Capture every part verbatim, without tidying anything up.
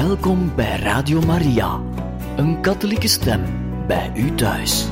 Welkom bij Radio Maria, een katholieke stem bij u thuis.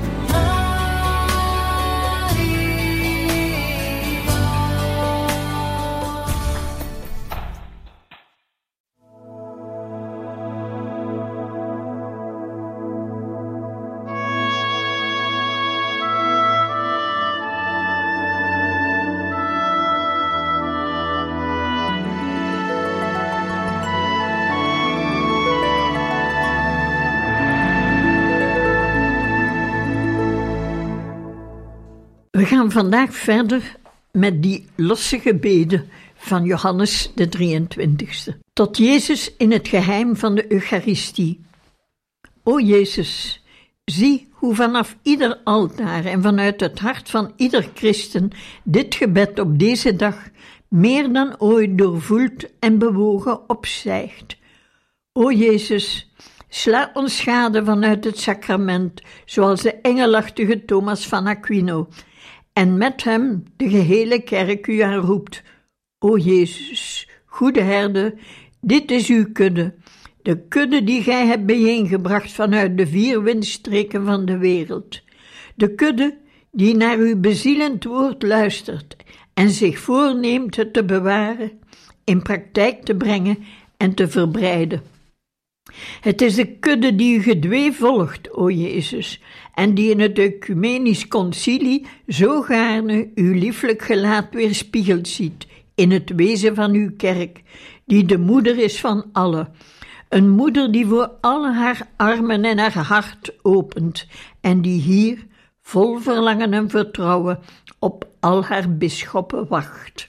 We gaan vandaag verder met die losse gebeden van Johannes de drieëntwintigste. Tot Jezus in het geheim van de Eucharistie. O Jezus, zie hoe vanaf ieder altaar en vanuit het hart van ieder christen dit gebed op deze dag meer dan ooit doorvoeld en bewogen opstijgt. O Jezus, sla ons gade vanuit het sacrament, zoals de engelachtige Thomas van Aquino, en met hem de gehele kerk u aanroept. O Jezus, goede herde, dit is uw kudde, de kudde die gij hebt bijeengebracht vanuit de vier windstreken van de wereld. De kudde die naar uw bezielend woord luistert en zich voorneemt het te bewaren, in praktijk te brengen en te verbreiden. Het is de kudde die u gedwee volgt, o Jezus, en die in het ecumenisch concilie zo gaarne uw lieflijk gelaat weerspiegeld ziet in het wezen van uw kerk, die de moeder is van allen. Een moeder die voor alle haar armen en haar hart opent en die hier, vol verlangen en vertrouwen, op al haar bisschoppen wacht.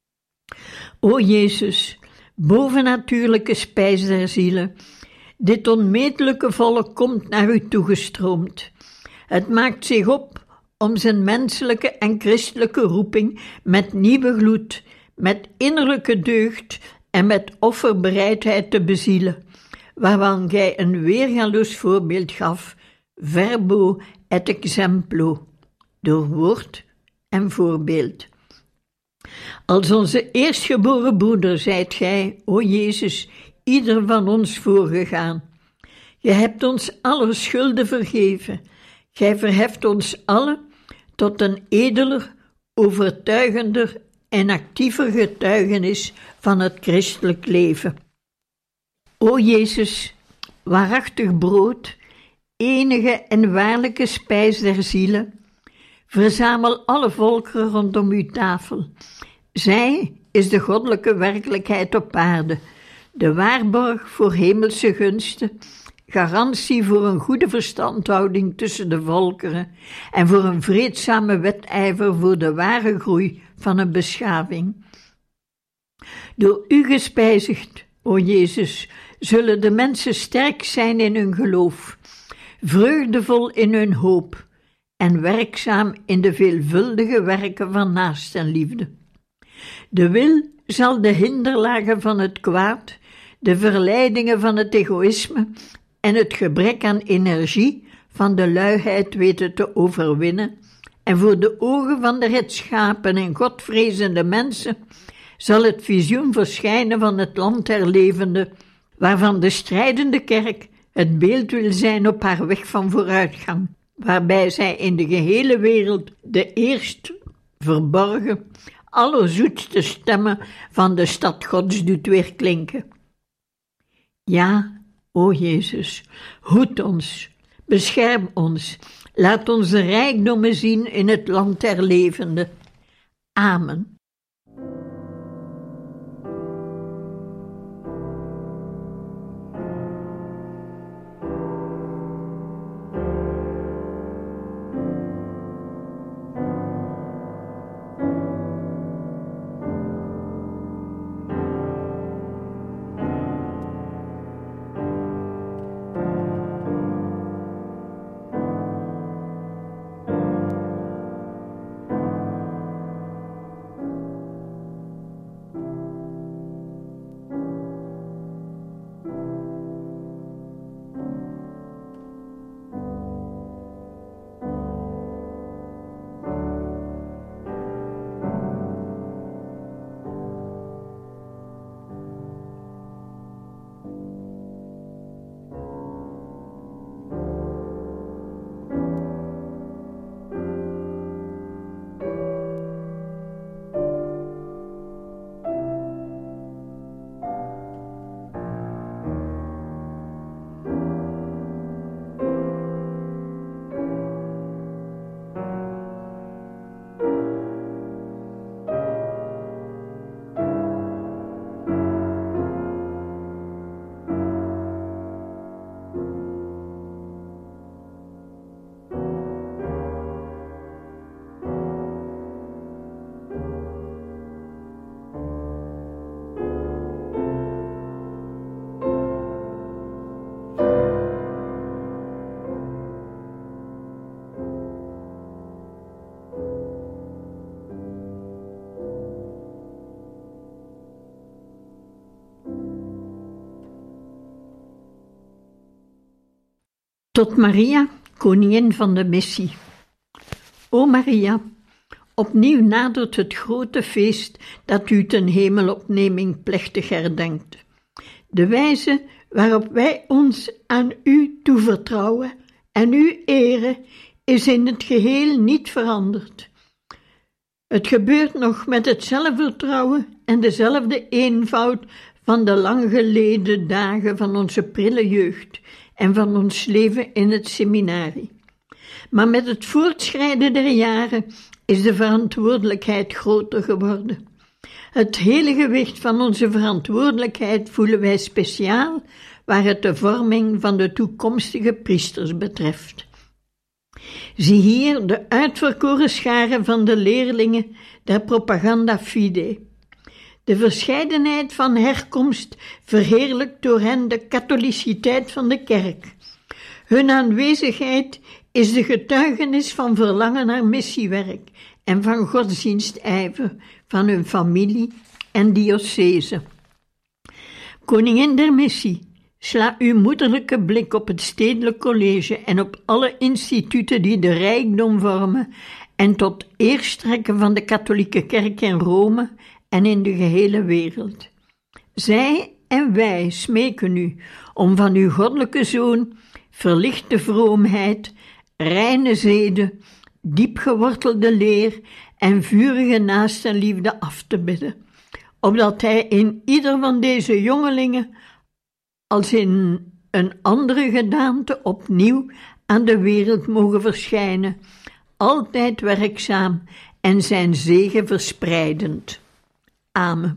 O Jezus, bovennatuurlijke spijs der zielen, dit onmetelijke volk komt naar u toegestroomd. Het maakt zich op om zijn menselijke en christelijke roeping met nieuwe gloed, met innerlijke deugd en met offerbereidheid te bezielen, waarvan gij een weergaloos voorbeeld gaf, verbo et exemplo, door woord en voorbeeld. Als onze eerstgeboren broeder zijt gij, o Jezus, ieder van ons voorgegaan. Je hebt ons alle schulden vergeven. Gij verheft ons allen tot een edeler, overtuigender en actiever getuigenis van het christelijk leven. O Jezus, waarachtig brood, enige en waarlijke spijs der zielen, verzamel alle volkeren rondom uw tafel. Zij is de goddelijke werkelijkheid op aarde, de waarborg voor hemelse gunsten, garantie voor een goede verstandhouding tussen de volkeren en voor een vreedzame wedijver voor de ware groei van een beschaving. Door u gespijzigd, o Jezus, zullen de mensen sterk zijn in hun geloof, vreugdevol in hun hoop en werkzaam in de veelvuldige werken van naastenliefde. De wil zal de hinderlagen van het kwaad, de verleidingen van het egoïsme en het gebrek aan energie van de luiheid weten te overwinnen, en voor de ogen van de rechtschapen en godvrezende mensen zal het visioen verschijnen van het land der levenden, waarvan de strijdende kerk het beeld wil zijn op haar weg van vooruitgang, waarbij zij in de gehele wereld de eerst verborgen, allerzoetste stemmen van de stad Gods doet weerklinken. Ja, o Jezus, hoed ons, bescherm ons, laat ons de rijkdommen zien in het land der levenden. Amen. Tot Maria, koningin van de missie. O Maria, opnieuw nadert het grote feest dat u ten hemelopneming plechtig herdenkt. De wijze waarop wij ons aan u toevertrouwen en u eren is in het geheel niet veranderd. Het gebeurt nog met hetzelfde vertrouwen en dezelfde eenvoud van de lang geleden dagen van onze prille jeugd en van ons leven in het seminarie. Maar met het voortschrijden der jaren is de verantwoordelijkheid groter geworden. Het hele gewicht van onze verantwoordelijkheid voelen wij speciaal waar het de vorming van de toekomstige priesters betreft. Zie hier de uitverkoren scharen van de leerlingen der propaganda fide. De verscheidenheid van herkomst verheerlijkt door hen de katholiciteit van de kerk. Hun aanwezigheid is de getuigenis van verlangen naar missiewerk en van godsdienstijver van hun familie en diocese. Koningin der missie, sla uw moederlijke blik op het stedelijk college en op alle instituten die de rijkdom vormen en tot eer strekken van de katholieke kerk in Rome en in de gehele wereld. Zij en wij smeken u om van uw goddelijke Zoon verlichte vroomheid, reine zeden, diep gewortelde leer en vurige naastenliefde af te bidden, opdat hij in ieder van deze jongelingen als in een andere gedaante opnieuw aan de wereld mogen verschijnen, altijd werkzaam en zijn zegen verspreidend. Amen.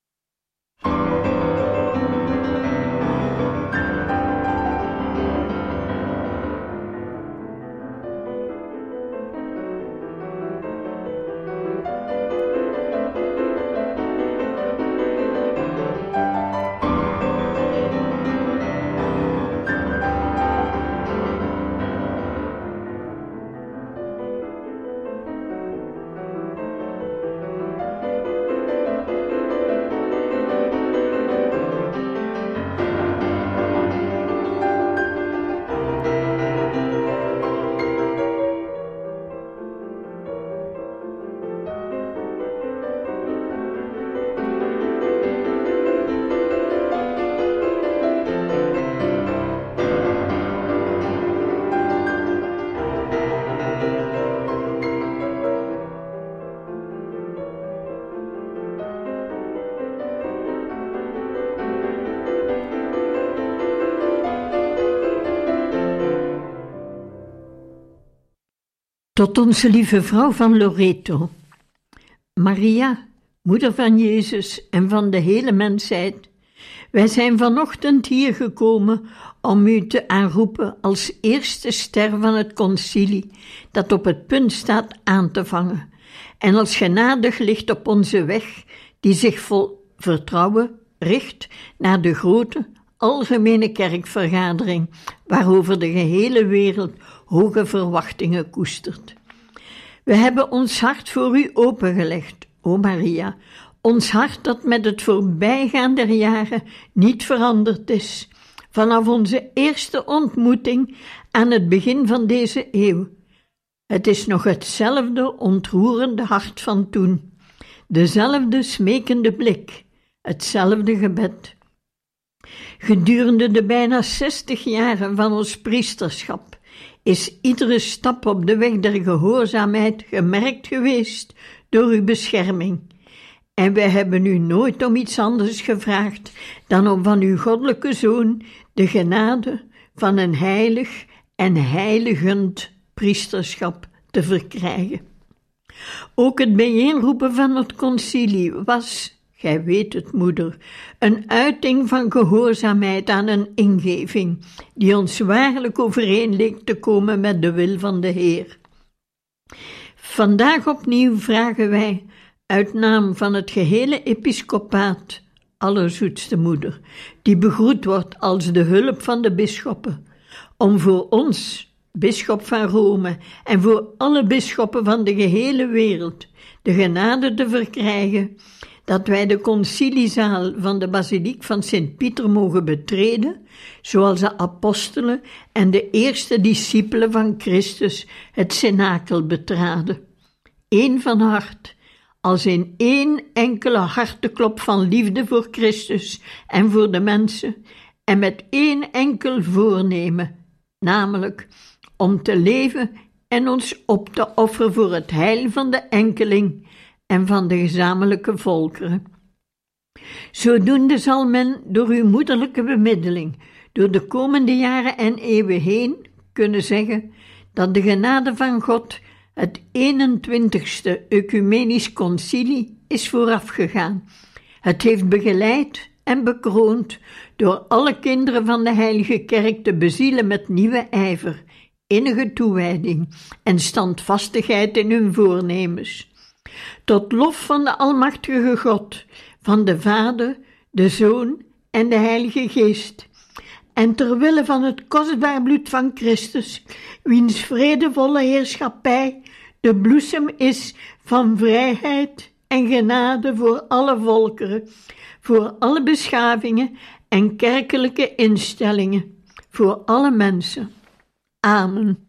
Tot onze lieve vrouw van Loreto. Maria, moeder van Jezus en van de hele mensheid, wij zijn vanochtend hier gekomen om u te aanroepen als eerste ster van het concilie dat op het punt staat aan te vangen en als genadig licht op onze weg die zich vol vertrouwen richt naar de grote algemene kerkvergadering waarover de gehele wereld hoge verwachtingen koestert. We hebben ons hart voor u opengelegd, o Maria, ons hart dat met het voorbijgaan der jaren niet veranderd is, vanaf onze eerste ontmoeting aan het begin van deze eeuw. Het is nog hetzelfde ontroerende hart van toen, dezelfde smekende blik, hetzelfde gebed. Gedurende de bijna zestig jaren van ons priesterschap is iedere stap op de weg der gehoorzaamheid gemerkt geweest door uw bescherming. En wij hebben u nooit om iets anders gevraagd dan om van uw goddelijke Zoon de genade van een heilig en heiligend priesterschap te verkrijgen. Ook het bijeenroepen van het concilie was, gij weet het, moeder, een uiting van gehoorzaamheid aan een ingeving, die ons waarlijk overeen leek te komen met de wil van de Heer. Vandaag opnieuw vragen wij, uit naam van het gehele episcopaat, allerzoetste moeder, die begroet wordt als de hulp van de bisschoppen, om voor ons, bisschop van Rome, en voor alle bisschoppen van de gehele wereld, de genade te verkrijgen, dat wij de conciliezaal van de basiliek van Sint-Pieter mogen betreden, zoals de apostelen en de eerste discipelen van Christus het cenakel betraden. Eén van hart, als in één enkele harteklop van liefde voor Christus en voor de mensen, en met één enkel voornemen, namelijk om te leven en ons op te offeren voor het heil van de enkeling en van de gezamenlijke volkeren. Zodoende zal men door uw moederlijke bemiddeling door de komende jaren en eeuwen heen kunnen zeggen dat de genade van God het eenentwintigste Ecumenisch Concilie is voorafgegaan. Het heeft begeleid en bekroond door alle kinderen van de Heilige Kerk te bezielen met nieuwe ijver, innige toewijding en standvastigheid in hun voornemens. Tot lof van de Almachtige God, van de Vader, de Zoon en de Heilige Geest. En ter wille van het kostbaar bloed van Christus, wiens vredevolle heerschappij de bloesem is van vrijheid en genade voor alle volkeren, voor alle beschavingen en kerkelijke instellingen, voor alle mensen. Amen.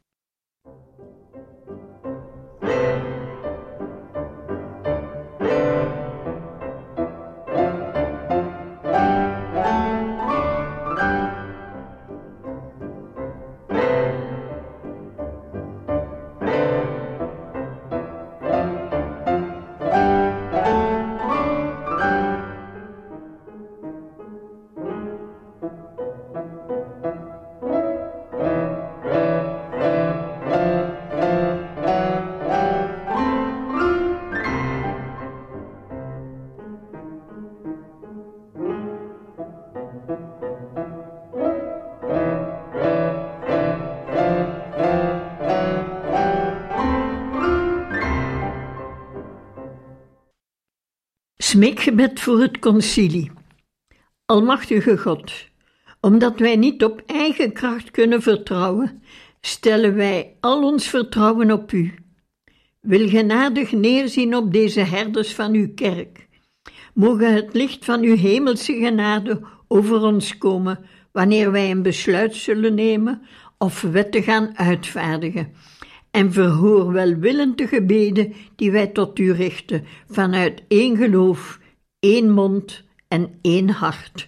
Smeekgebed voor het concilie. Almachtige God, omdat wij niet op eigen kracht kunnen vertrouwen, stellen wij al ons vertrouwen op U. Wil genadig neerzien op deze herders van Uw kerk. Mogen het licht van Uw hemelse genade over ons komen, wanneer wij een besluit zullen nemen of wetten gaan uitvaardigen. En verhoor welwillend de gebeden die wij tot U richten, vanuit één geloof, één mond en één hart.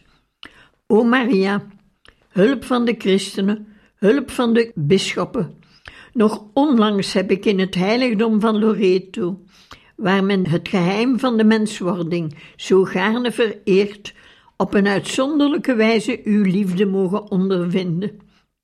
O Maria, hulp van de christenen, hulp van de bisschoppen. Nog onlangs heb ik in het heiligdom van Loreto, waar men het geheim van de menswording zo gaarne vereert, op een uitzonderlijke wijze uw liefde mogen ondervinden.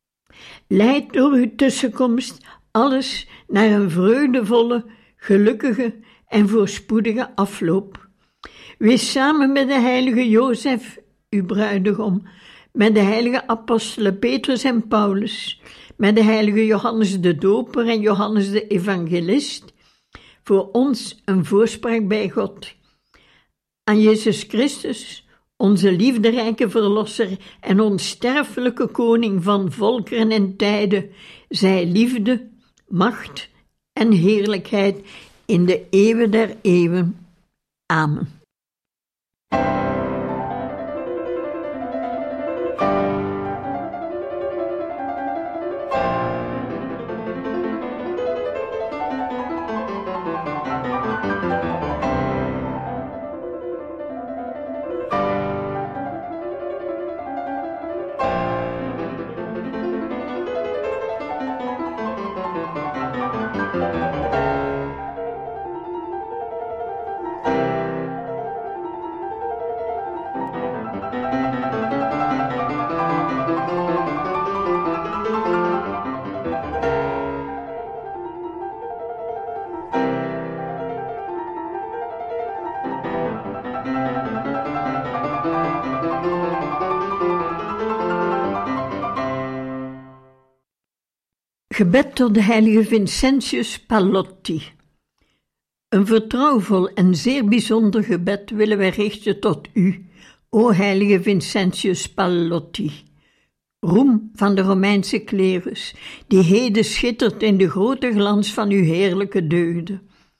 Leid door uw tussenkomst alles naar een vreugdevolle, gelukkige en voorspoedige afloop. Wees samen met de heilige Jozef, uw bruidegom, met de heilige apostelen Petrus en Paulus, met de heilige Johannes de Doper en Johannes de Evangelist, voor ons een voorspraak bij God. Aan Jezus Christus, onze liefderijke Verlosser en onsterfelijke Koning van volkeren en tijden, zij liefde, macht en heerlijkheid in de eeuwen der eeuwen. Amen. Gebed tot de heilige Vincentius Pallotti. Een vertrouwvol en zeer bijzonder gebed willen wij richten tot u, o heilige Vincentius Pallotti. Roem van de Romeinse klerus, die heden schittert in de grote glans van uw heerlijke deugden.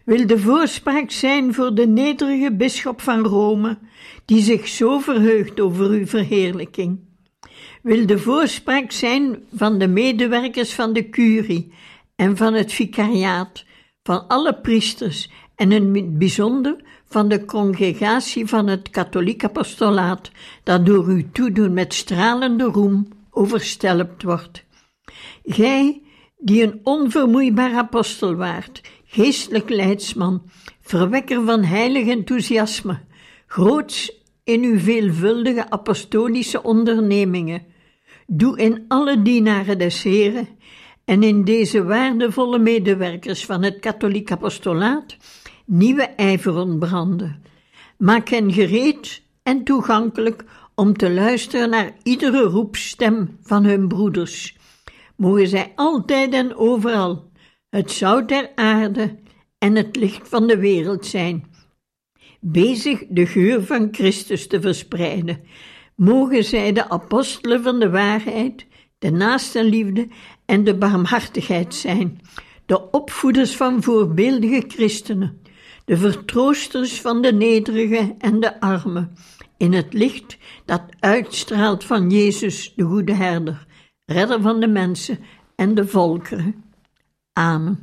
wil de voorspraak zijn voor de nederige bisschop van Rome, die zich zo verheugt over uw verheerlijking. Wil de voorspraak zijn van de medewerkers van de curie en van het vicariaat, van alle priesters en in het bijzonder van de congregatie van het katholiek apostolaat, dat door uw toedoen met stralende roem overstelpt wordt. Gij, die een onvermoeibaar apostel waart, geestelijk leidsman, verwekker van heilig enthousiasme, groots in uw veelvuldige apostolische ondernemingen, doe in alle dienaren des Heren en in deze waardevolle medewerkers van het katholiek apostolaat nieuwe ijver ontbranden. Maak hen gereed en toegankelijk om te luisteren naar iedere roepstem van hun broeders. Mogen zij altijd en overal het zout der aarde en het licht van de wereld zijn, bezig de geur van Christus te verspreiden. Mogen zij de apostelen van de waarheid, de naastenliefde en de barmhartigheid zijn, de opvoeders van voorbeeldige christenen, de vertroosters van de nederigen en de armen, in het licht dat uitstraalt van Jezus, de goede herder, redder van de mensen en de volkeren. Amen.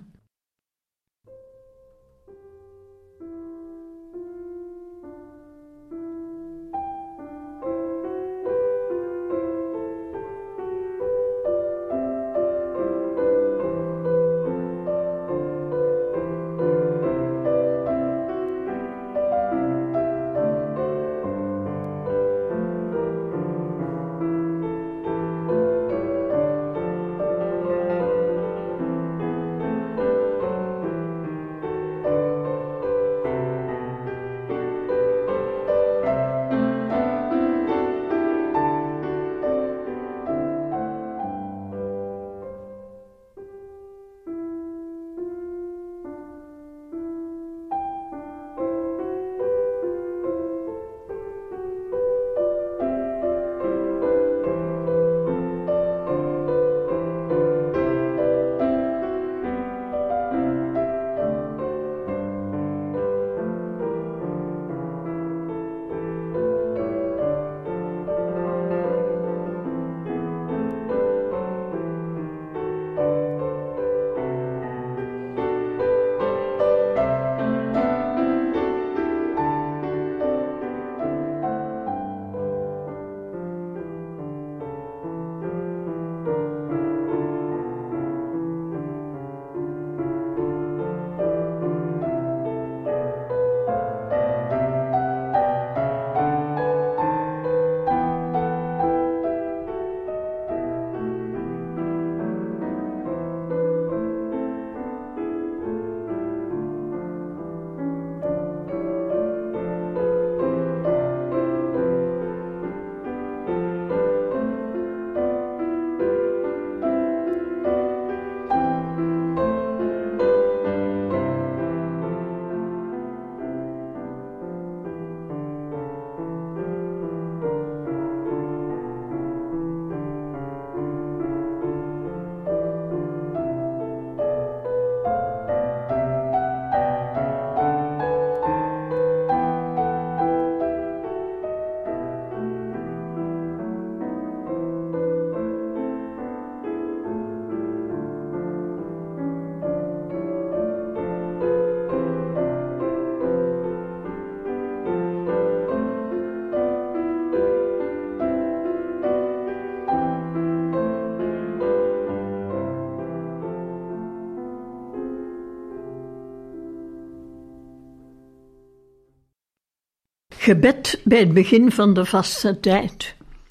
Gebed bij het begin van de vastentijd.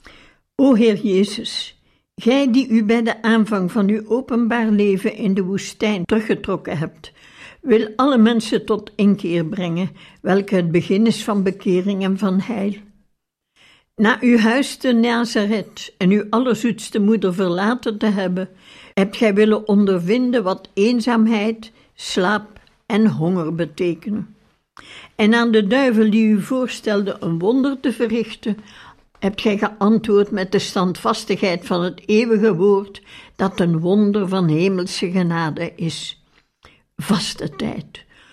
O Heer Jezus, Gij die u bij de aanvang van uw openbaar leven in de woestijn teruggetrokken hebt, wil alle mensen tot inkeer brengen, welke het begin is van bekering en van heil. Na uw huis te Nazareth en uw allerzoetste moeder verlaten te hebben, hebt gij willen ondervinden wat eenzaamheid, slaap en honger betekenen. En aan de duivel die u voorstelde een wonder te verrichten, hebt gij geantwoord met de standvastigheid van het eeuwige woord, dat een wonder van hemelse genade is. Vaste tijd.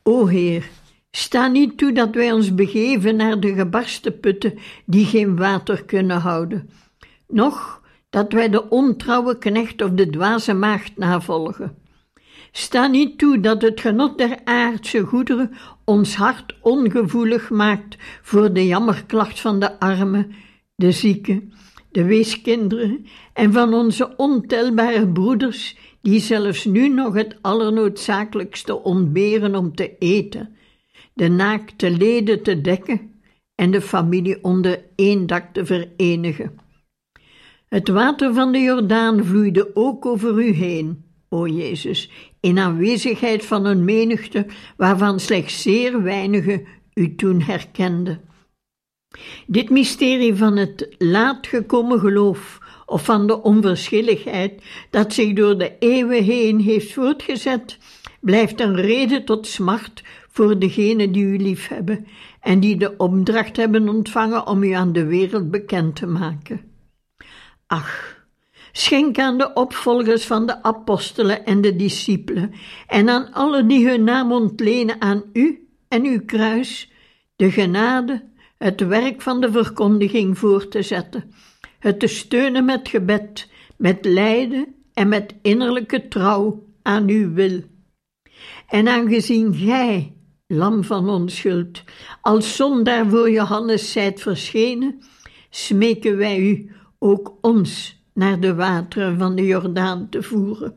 O Heer, sta niet toe dat wij ons begeven naar de gebarsten putten die geen water kunnen houden, noch dat wij de ontrouwe knecht of de dwaze maagd navolgen. Sta niet toe dat het genot der aardse goederen ons hart ongevoelig maakt voor de jammerklacht van de armen, de zieken, de weeskinderen en van onze ontelbare broeders, die zelfs nu nog het allernoodzakelijkste ontberen om te eten, de naakte leden te dekken en de familie onder één dak te verenigen. Het water van de Jordaan vloeide ook over u heen, o Jezus, in aanwezigheid van een menigte waarvan slechts zeer weinigen u toen herkenden. Dit mysterie van het laat gekomen geloof of van de onverschilligheid dat zich door de eeuwen heen heeft voortgezet, blijft een reden tot smart voor degenen die u liefhebben en die de opdracht hebben ontvangen om u aan de wereld bekend te maken. Ach, schenk aan de opvolgers van de apostelen en de discipelen en aan allen die hun naam ontlenen aan u en uw kruis, de genade, het werk van de verkondiging voor te zetten, het te steunen met gebed, met lijden en met innerlijke trouw aan uw wil. En aangezien gij, lam van onschuld, als zondaar voor Johannes zijt verschenen, smeken wij u ook ons naar de wateren van de Jordaan te voeren.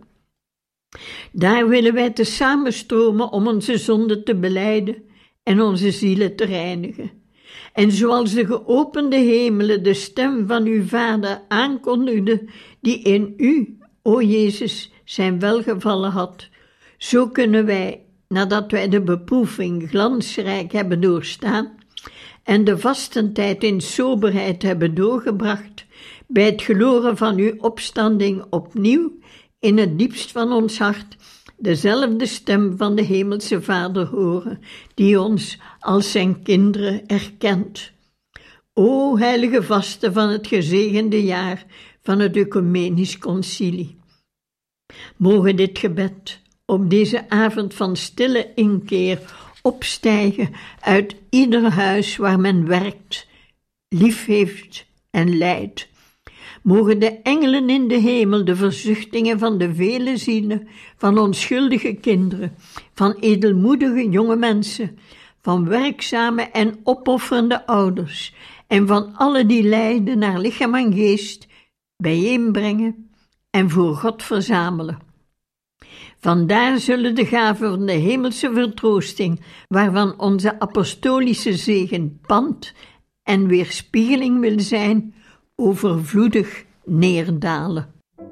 Daar willen wij te samen stromen om onze zonden te belijden en onze zielen te reinigen. En zoals de geopende hemelen de stem van uw Vader aankondigde, die in u, o Jezus, zijn welgevallen had, zo kunnen wij, nadat wij de beproeving glansrijk hebben doorstaan en de vastentijd in soberheid hebben doorgebracht, bij het gloren van uw opstanding opnieuw in het diepst van ons hart dezelfde stem van de hemelse Vader horen, die ons als zijn kinderen erkent. O heilige vasten van het gezegende jaar van het Ecumenisch Concilie. Mogen dit gebed op deze avond van stille inkeer opstijgen uit ieder huis waar men werkt, lief heeft en lijdt. Mogen de engelen in de hemel de verzuchtingen van de vele zielen, van onschuldige kinderen, van edelmoedige jonge mensen, van werkzame en opofferende ouders en van alle die lijden naar lichaam en geest bijeenbrengen en voor God verzamelen. Vandaar zullen de gaven van de hemelse vertroosting, waarvan onze apostolische zegen pand en weerspiegeling wil zijn, overvloedig neerdalen.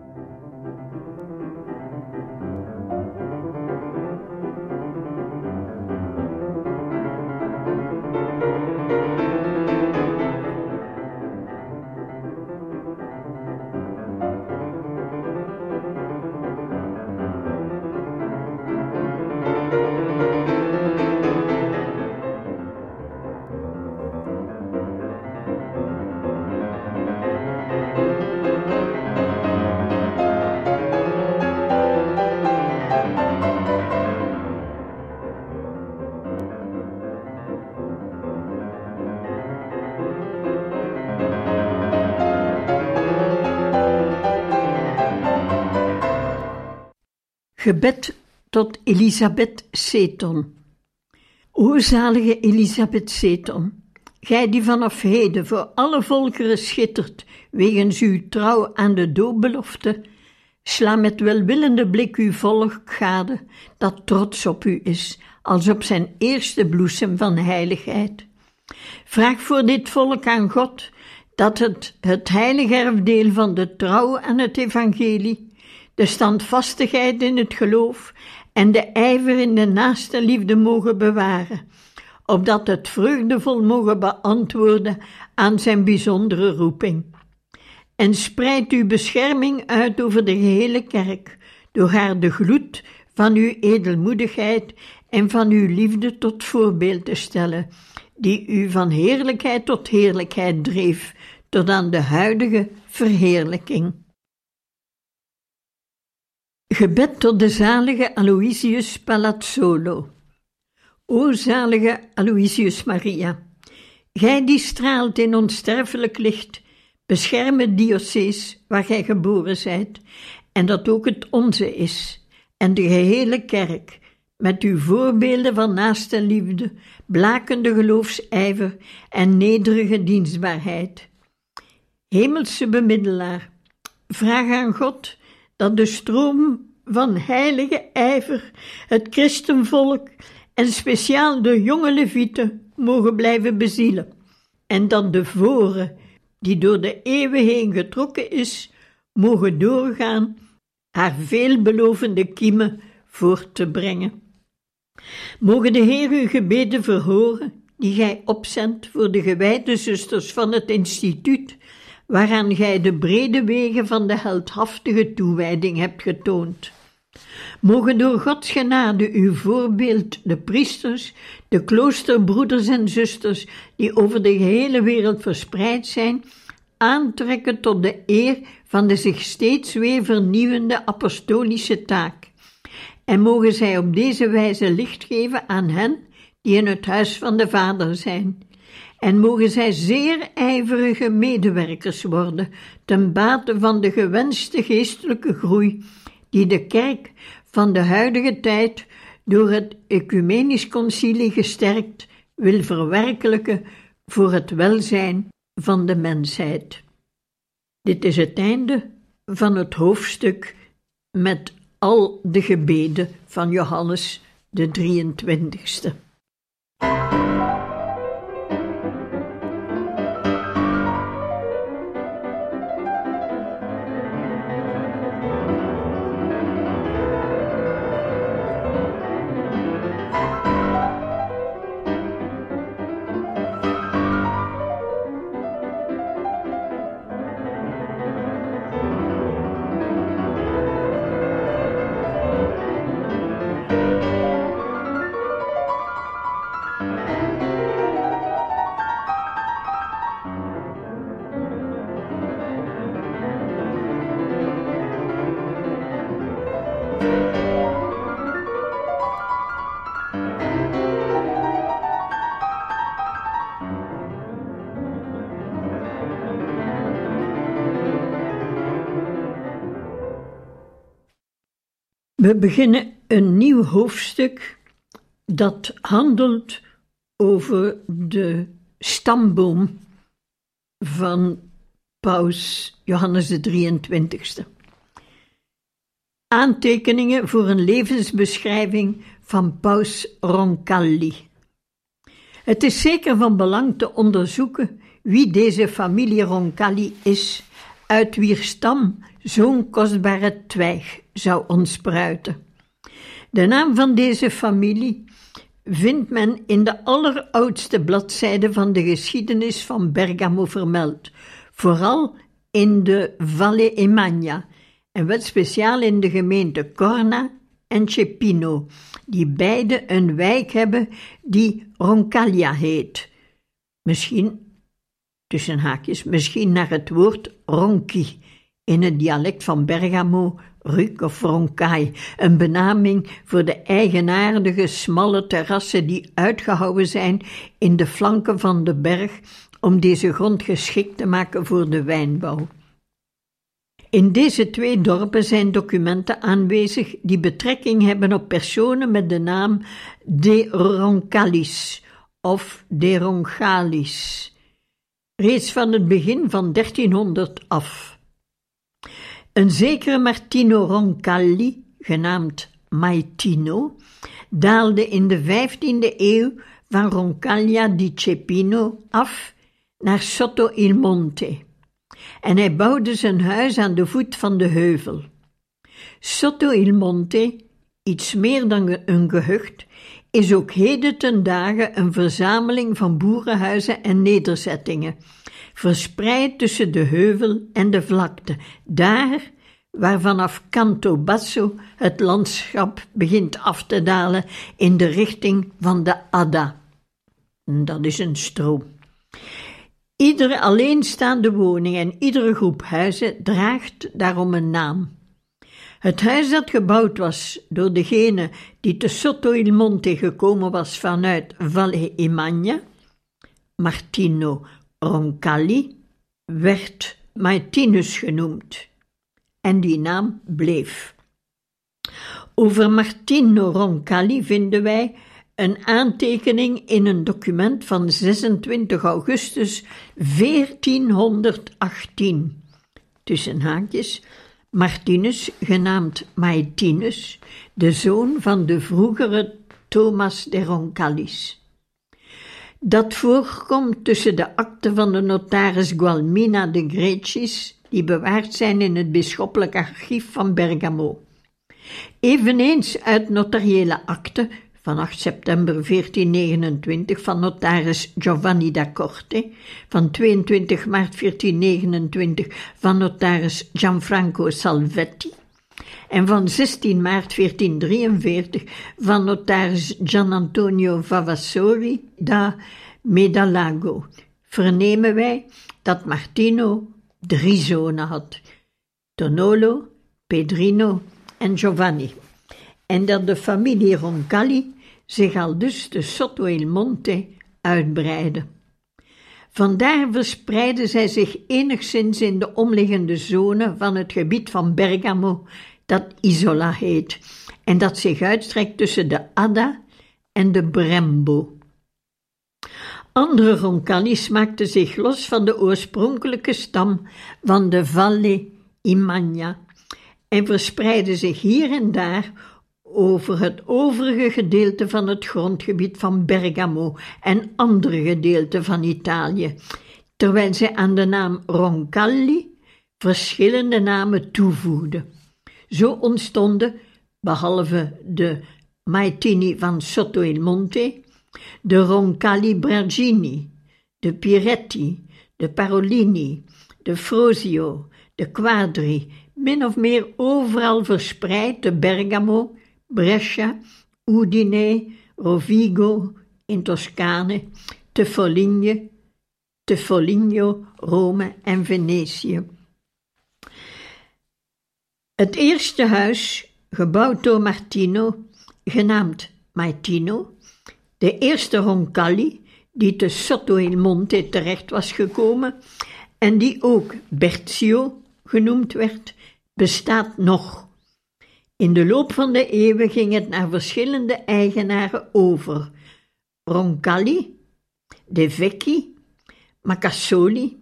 Gebed tot Elisabeth Seton. O zalige Elisabeth Seton, gij die vanaf heden voor alle volkeren schittert wegens uw trouw aan de doopbelofte, sla met welwillende blik uw volk gade, dat trots op u is, als op zijn eerste bloesem van heiligheid. Vraag voor dit volk aan God, dat het het heilige erfdeel van de trouw aan het evangelie, de standvastigheid in het geloof en de ijver in de naaste liefde mogen bewaren, opdat het vreugdevol mogen beantwoorden aan zijn bijzondere roeping. En spreid uw bescherming uit over de gehele kerk, door haar de gloed van uw edelmoedigheid en van uw liefde tot voorbeeld te stellen, die u van heerlijkheid tot heerlijkheid dreef, tot aan de huidige verheerlijking. Gebed tot de zalige Aloysius Palazzolo. O zalige Aloysius Maria, gij die straalt in onsterfelijk licht, bescherm het diocees waar gij geboren zijt, en dat ook het onze is, en de gehele kerk, met uw voorbeelden van naastenliefde, blakende geloofsijver en nederige dienstbaarheid. Hemelse bemiddelaar, vraag aan God dat de stroom van heilige ijver het christenvolk en speciaal de jonge levieten mogen blijven bezielen, en dat de voren, die door de eeuwen heen getrokken is, mogen doorgaan haar veelbelovende kiemen voort te brengen. Mogen de Heer uw gebeden verhoren, die gij opzendt voor de gewijde zusters van het instituut, waaraan gij de brede wegen van de heldhaftige toewijding hebt getoond. Mogen door Gods genade uw voorbeeld de priesters, de kloosterbroeders en zusters, die over de gehele wereld verspreid zijn, aantrekken tot de eer van de zich steeds weer vernieuwende apostolische taak. En mogen zij op deze wijze licht geven aan hen die in het huis van de Vader zijn. En mogen zij zeer ijverige medewerkers worden, ten bate van de gewenste geestelijke groei, die de kerk van de huidige tijd door het Ecumenisch Concilie gesterkt wil verwerkelijken voor het welzijn van de mensheid. Dit is het einde van het hoofdstuk met al de gebeden van Johannes de drieëntwintigste. We beginnen een nieuw hoofdstuk dat handelt over de stamboom van Paus Johannes de drieëntwintigste. Aantekeningen voor een levensbeschrijving van Paus Roncalli. Het is zeker van belang te onderzoeken wie deze familie Roncalli is, uit wier stam zo'n kostbare twijg zou ontspruiten. De naam van deze familie vindt men in de alleroudste bladzijde van de geschiedenis van Bergamo vermeld, vooral in de Valle Emagna en wat speciaal in de gemeente Corna en Cepino, die beide een wijk hebben die Roncaglia heet. Misschien, tussen haakjes, misschien naar het woord ronchi, in het dialect van Bergamo, Ruc of Roncai, een benaming voor de eigenaardige smalle terrassen die uitgehouwen zijn in de flanken van de berg om deze grond geschikt te maken voor de wijnbouw. In deze twee dorpen zijn documenten aanwezig die betrekking hebben op personen met de naam De Roncalis of De Roncalis, reeds van het begin van dertienhonderd af. Een zekere Martino Roncalli, genaamd Maitino, daalde in de vijftiende eeuw van Roncaglia di Cepino af naar Sotto il Monte en hij bouwde zijn huis aan de voet van de heuvel. Sotto il Monte, iets meer dan een gehucht, is ook heden ten dagen een verzameling van boerenhuizen en nederzettingen, verspreid tussen de heuvel en de vlakte, daar waar vanaf Canto Basso het landschap begint af te dalen in de richting van de Adda. Dat is een stroom. Iedere alleenstaande woning en iedere groep huizen draagt daarom een naam. Het huis dat gebouwd was door degene die te Sotto il Monte gekomen was vanuit Valle Imagna, Martino Roncalli, werd Maetinus genoemd. En die naam bleef. Over Martino Roncalli vinden wij een aantekening in een document van zesentwintig augustus veertienhonderdachttien. Tussen haakjes, Martinus, genaamd Maetinus, de zoon van de vroegere Thomas de Roncallis. Dat voorkomt tussen de akten van de notaris Gualmina de Grecis, die bewaard zijn in het bisschoppelijk archief van Bergamo. Eveneens uit notariële akten van acht september veertienhonderdnegenentwintig van notaris Giovanni da Corte, van tweeëntwintig maart veertienhonderdnegenentwintig van notaris Gianfranco Salvetti en van zestien maart veertienhonderddrieënveertig van notaris Gian Antonio Vavassori da Medalago, vernemen wij dat Martino drie zonen had, Tonolo, Pedrino en Giovanni, en dat de familie Roncalli zich aldus te Sotto il Monte uitbreidde. Vandaar verspreidden zij zich enigszins in de omliggende zone van het gebied van Bergamo, dat Isola heet, en dat zich uitstrekt tussen de Adda en de Brembo. Andere Roncallis maakten zich los van de oorspronkelijke stam van de Valle Imagna en verspreidden zich hier en daar over het overige gedeelte van het grondgebied van Bergamo en andere gedeelten van Italië, terwijl zij aan de naam Roncalli verschillende namen toevoegden. Zo ontstonden, behalve de Maetini van Sotto il Monte, de Roncalli Bragini, de Piretti, de Parolini, de Frosio, de Quadri, min of meer overal verspreid te Bergamo, Brescia, Udine, Rovigo in Toscane, te Foligno, te Foligno, Rome en Venetië. Het eerste huis, gebouwd door Martino, genaamd Maetinus, de eerste Roncalli, die te Sotto il Monte terecht was gekomen en die ook Bertio genoemd werd, bestaat nog. In de loop van de eeuwen ging het naar verschillende eigenaren over: Roncalli, De Vecchi, Macassoli,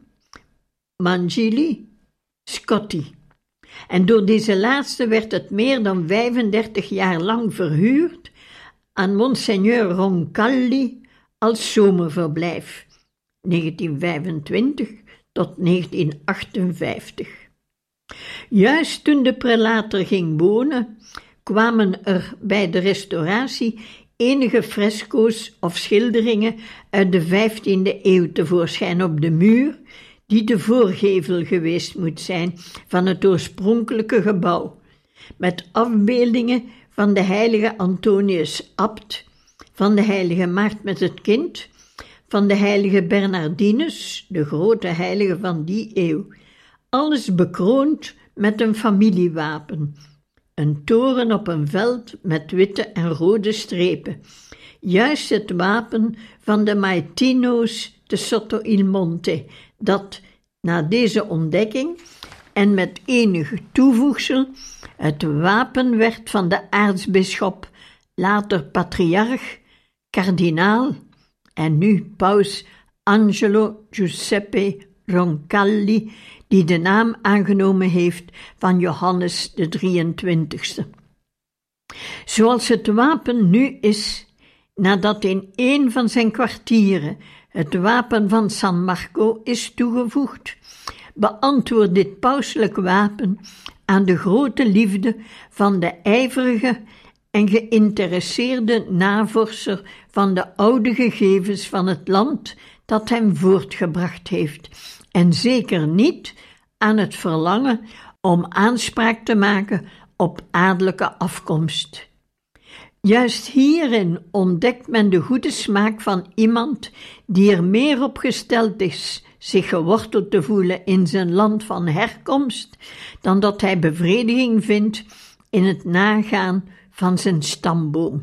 Mangili, Scotti. En door deze laatste werd het meer dan vijfendertig jaar lang verhuurd aan Monseigneur Roncalli als zomerverblijf, negentien vijfentwintig tot negentien achtenvijftig. Juist toen de prelaat er ging wonen, kwamen er bij de restauratie enige fresco's of schilderingen uit de vijftiende eeuw tevoorschijn op de muur, die de voorgevel geweest moet zijn van het oorspronkelijke gebouw, met afbeeldingen van de heilige Antonius Abt, van de heilige Maagd met het kind, van de heilige Bernardinus, de grote heilige van die eeuw, alles bekroond met een familiewapen, een toren op een veld met witte en rode strepen, juist het wapen van de Maetinos te Sotto il Monte, dat na deze ontdekking en met enig toevoegsel het wapen werd van de aartsbisschop, later patriarch, kardinaal en nu paus Angelo Giuseppe Roncalli, die de naam aangenomen heeft van Johannes de drieëntwintigste. Zoals het wapen nu is, nadat in een van zijn kwartieren het wapen van San Marco is toegevoegd, beantwoordt dit pauselijk wapen aan de grote liefde van de ijverige en geïnteresseerde navorser van de oude gegevens van het land dat hem voortgebracht heeft, en zeker niet aan het verlangen om aanspraak te maken op adellijke afkomst. Juist hierin ontdekt men de goede smaak van iemand die er meer op gesteld is zich geworteld te voelen in zijn land van herkomst, dan dat hij bevrediging vindt in het nagaan van zijn stamboom.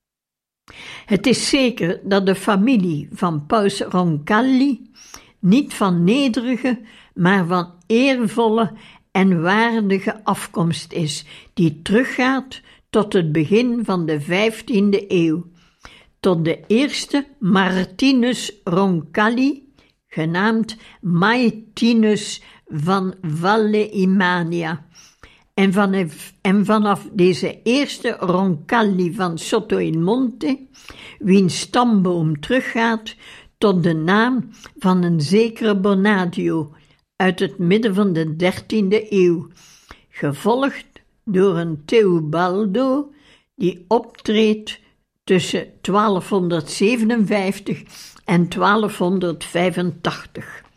Het is zeker dat de familie van paus Roncalli niet van nederige, maar van eervolle en waardige afkomst is, die teruggaat tot het begin van de vijftiende eeuw, tot de eerste Martinus Roncalli, genaamd Maetinus van Valle Imania. En vanaf, en vanaf deze eerste Roncalli van Sotto il Monte, wiens stamboom teruggaat tot de naam van een zekere Bonadio uit het midden van de dertiende eeuw, gevolgd door een Teobaldo die optreedt tussen twaalfhonderdzevenenvijftig en twaalfhonderdvijfentachtig.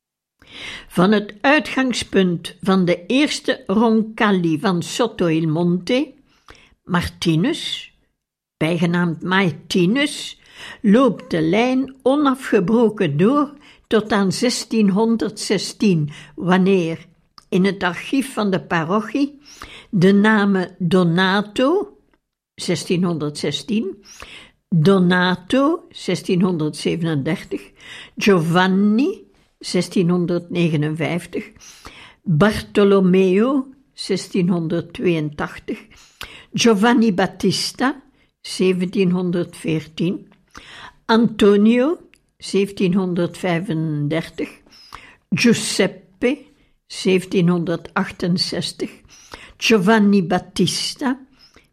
Van het uitgangspunt van de eerste Roncalli van Sotto il Monte, Martinus, bijgenaamd Maetinus, loopt de lijn onafgebroken door tot aan zestienhonderdzestien, wanneer in het archief van de parochie de namen Donato, zestienhonderdzestien, Donato, zestienhonderdzevenendertig, Giovanni, zestienhonderdnegenenvijftig, Bartolomeo, zestienhonderdtweeëntachtig, Giovanni Battista, zeventienhonderdveertien, Antonio, zeventienhonderdvijfendertig, Giuseppe, zeventienhonderdachtenzestig, Giovanni Battista,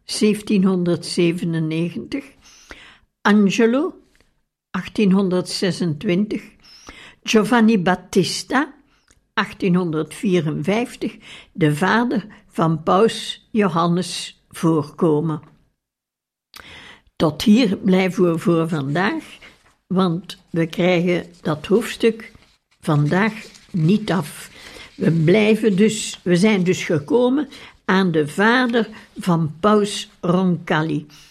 zeventienhonderdzevenennegentig, Angelo, achttienhonderdzesentwintig, Giovanni Battista, achttienhonderdvierenvijftig, de vader van paus Johannes, voorkomen. Tot hier blijven we voor vandaag, want we krijgen dat hoofdstuk vandaag niet af. We blijven dus, we zijn dus gekomen aan de vader van paus Roncalli.